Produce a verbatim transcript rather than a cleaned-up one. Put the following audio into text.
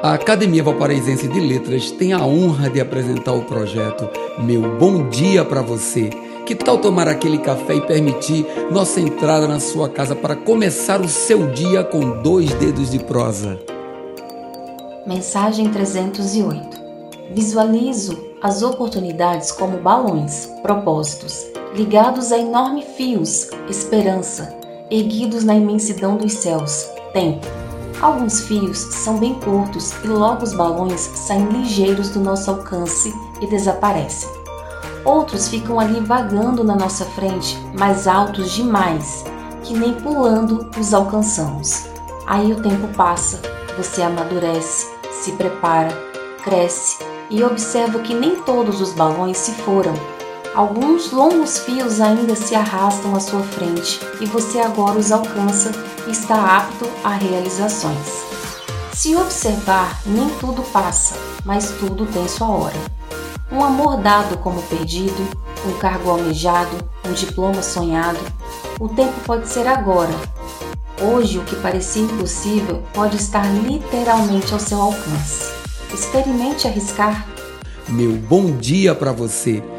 A Academia Valparaísense de Letras tem a honra de apresentar o projeto Meu Bom Dia para Você. Que tal tomar aquele café e permitir nossa entrada na sua casa para começar o seu dia com dois dedos de prosa? Mensagem trezentos e oito. Visualizo as oportunidades como balões, propósitos, ligados a enormes fios, esperança, erguidos na imensidão dos céus, tempo. Alguns fios são bem curtos e logo os balões saem ligeiros do nosso alcance e desaparecem. Outros ficam ali vagando na nossa frente, mais altos demais, que nem pulando os alcançamos. Aí o tempo passa, você amadurece, se prepara, cresce e observa que nem todos os balões se foram. Alguns longos fios ainda se arrastam à sua frente e você agora os alcança e está apto a realizações. Se observar, nem tudo passa, mas tudo tem sua hora. Um amor dado como perdido, um cargo almejado, um diploma sonhado. O tempo pode ser agora. Hoje, o que parecia impossível pode estar literalmente ao seu alcance. Experimente arriscar. Meu bom dia para você!